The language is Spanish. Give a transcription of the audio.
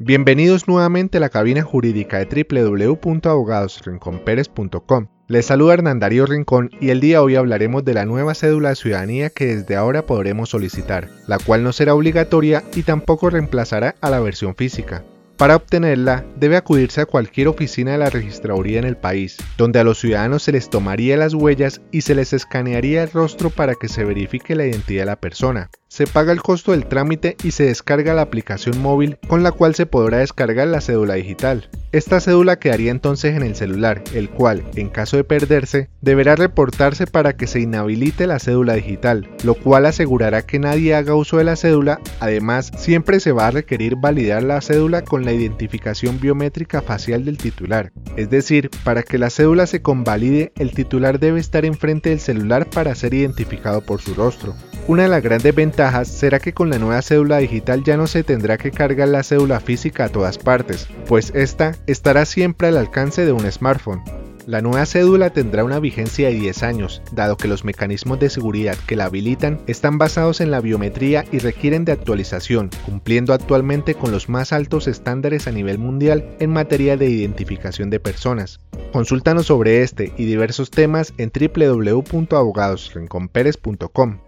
Bienvenidos nuevamente a la cabina jurídica de www.abogadosrinconperez.com. Les saluda Hernán Darío Rincón y el día de hoy hablaremos de la nueva cédula de ciudadanía que desde ahora podremos solicitar, la cual no será obligatoria y tampoco reemplazará a la versión física. Para obtenerla, debe acudirse a cualquier oficina de la registraduría en el país, donde a los ciudadanos se les tomaría las huellas y se les escanearía el rostro para que se verifique la identidad de la persona. Se paga el costo del trámite y se descarga la aplicación móvil con la cual se podrá descargar la cédula digital. Esta cédula quedaría entonces en el celular, el cual, en caso de perderse, deberá reportarse para que se inhabilite la cédula digital, lo cual asegurará que nadie haga uso de la cédula. Además, siempre se va a requerir validar la cédula con la identificación biométrica facial del titular. Es decir, para que la cédula se convalide, el titular debe estar enfrente del celular para ser identificado por su rostro. Una de las grandes ventajas será que con la nueva cédula digital ya no se tendrá que cargar la cédula física a todas partes, pues esta estará siempre al alcance de un smartphone. La nueva cédula tendrá una vigencia de 10 años, dado que los mecanismos de seguridad que la habilitan están basados en la biometría y requieren de actualización, cumpliendo actualmente con los más altos estándares a nivel mundial en materia de identificación de personas. Consúltanos sobre este y diversos temas en www.abogadosrinconperez.com.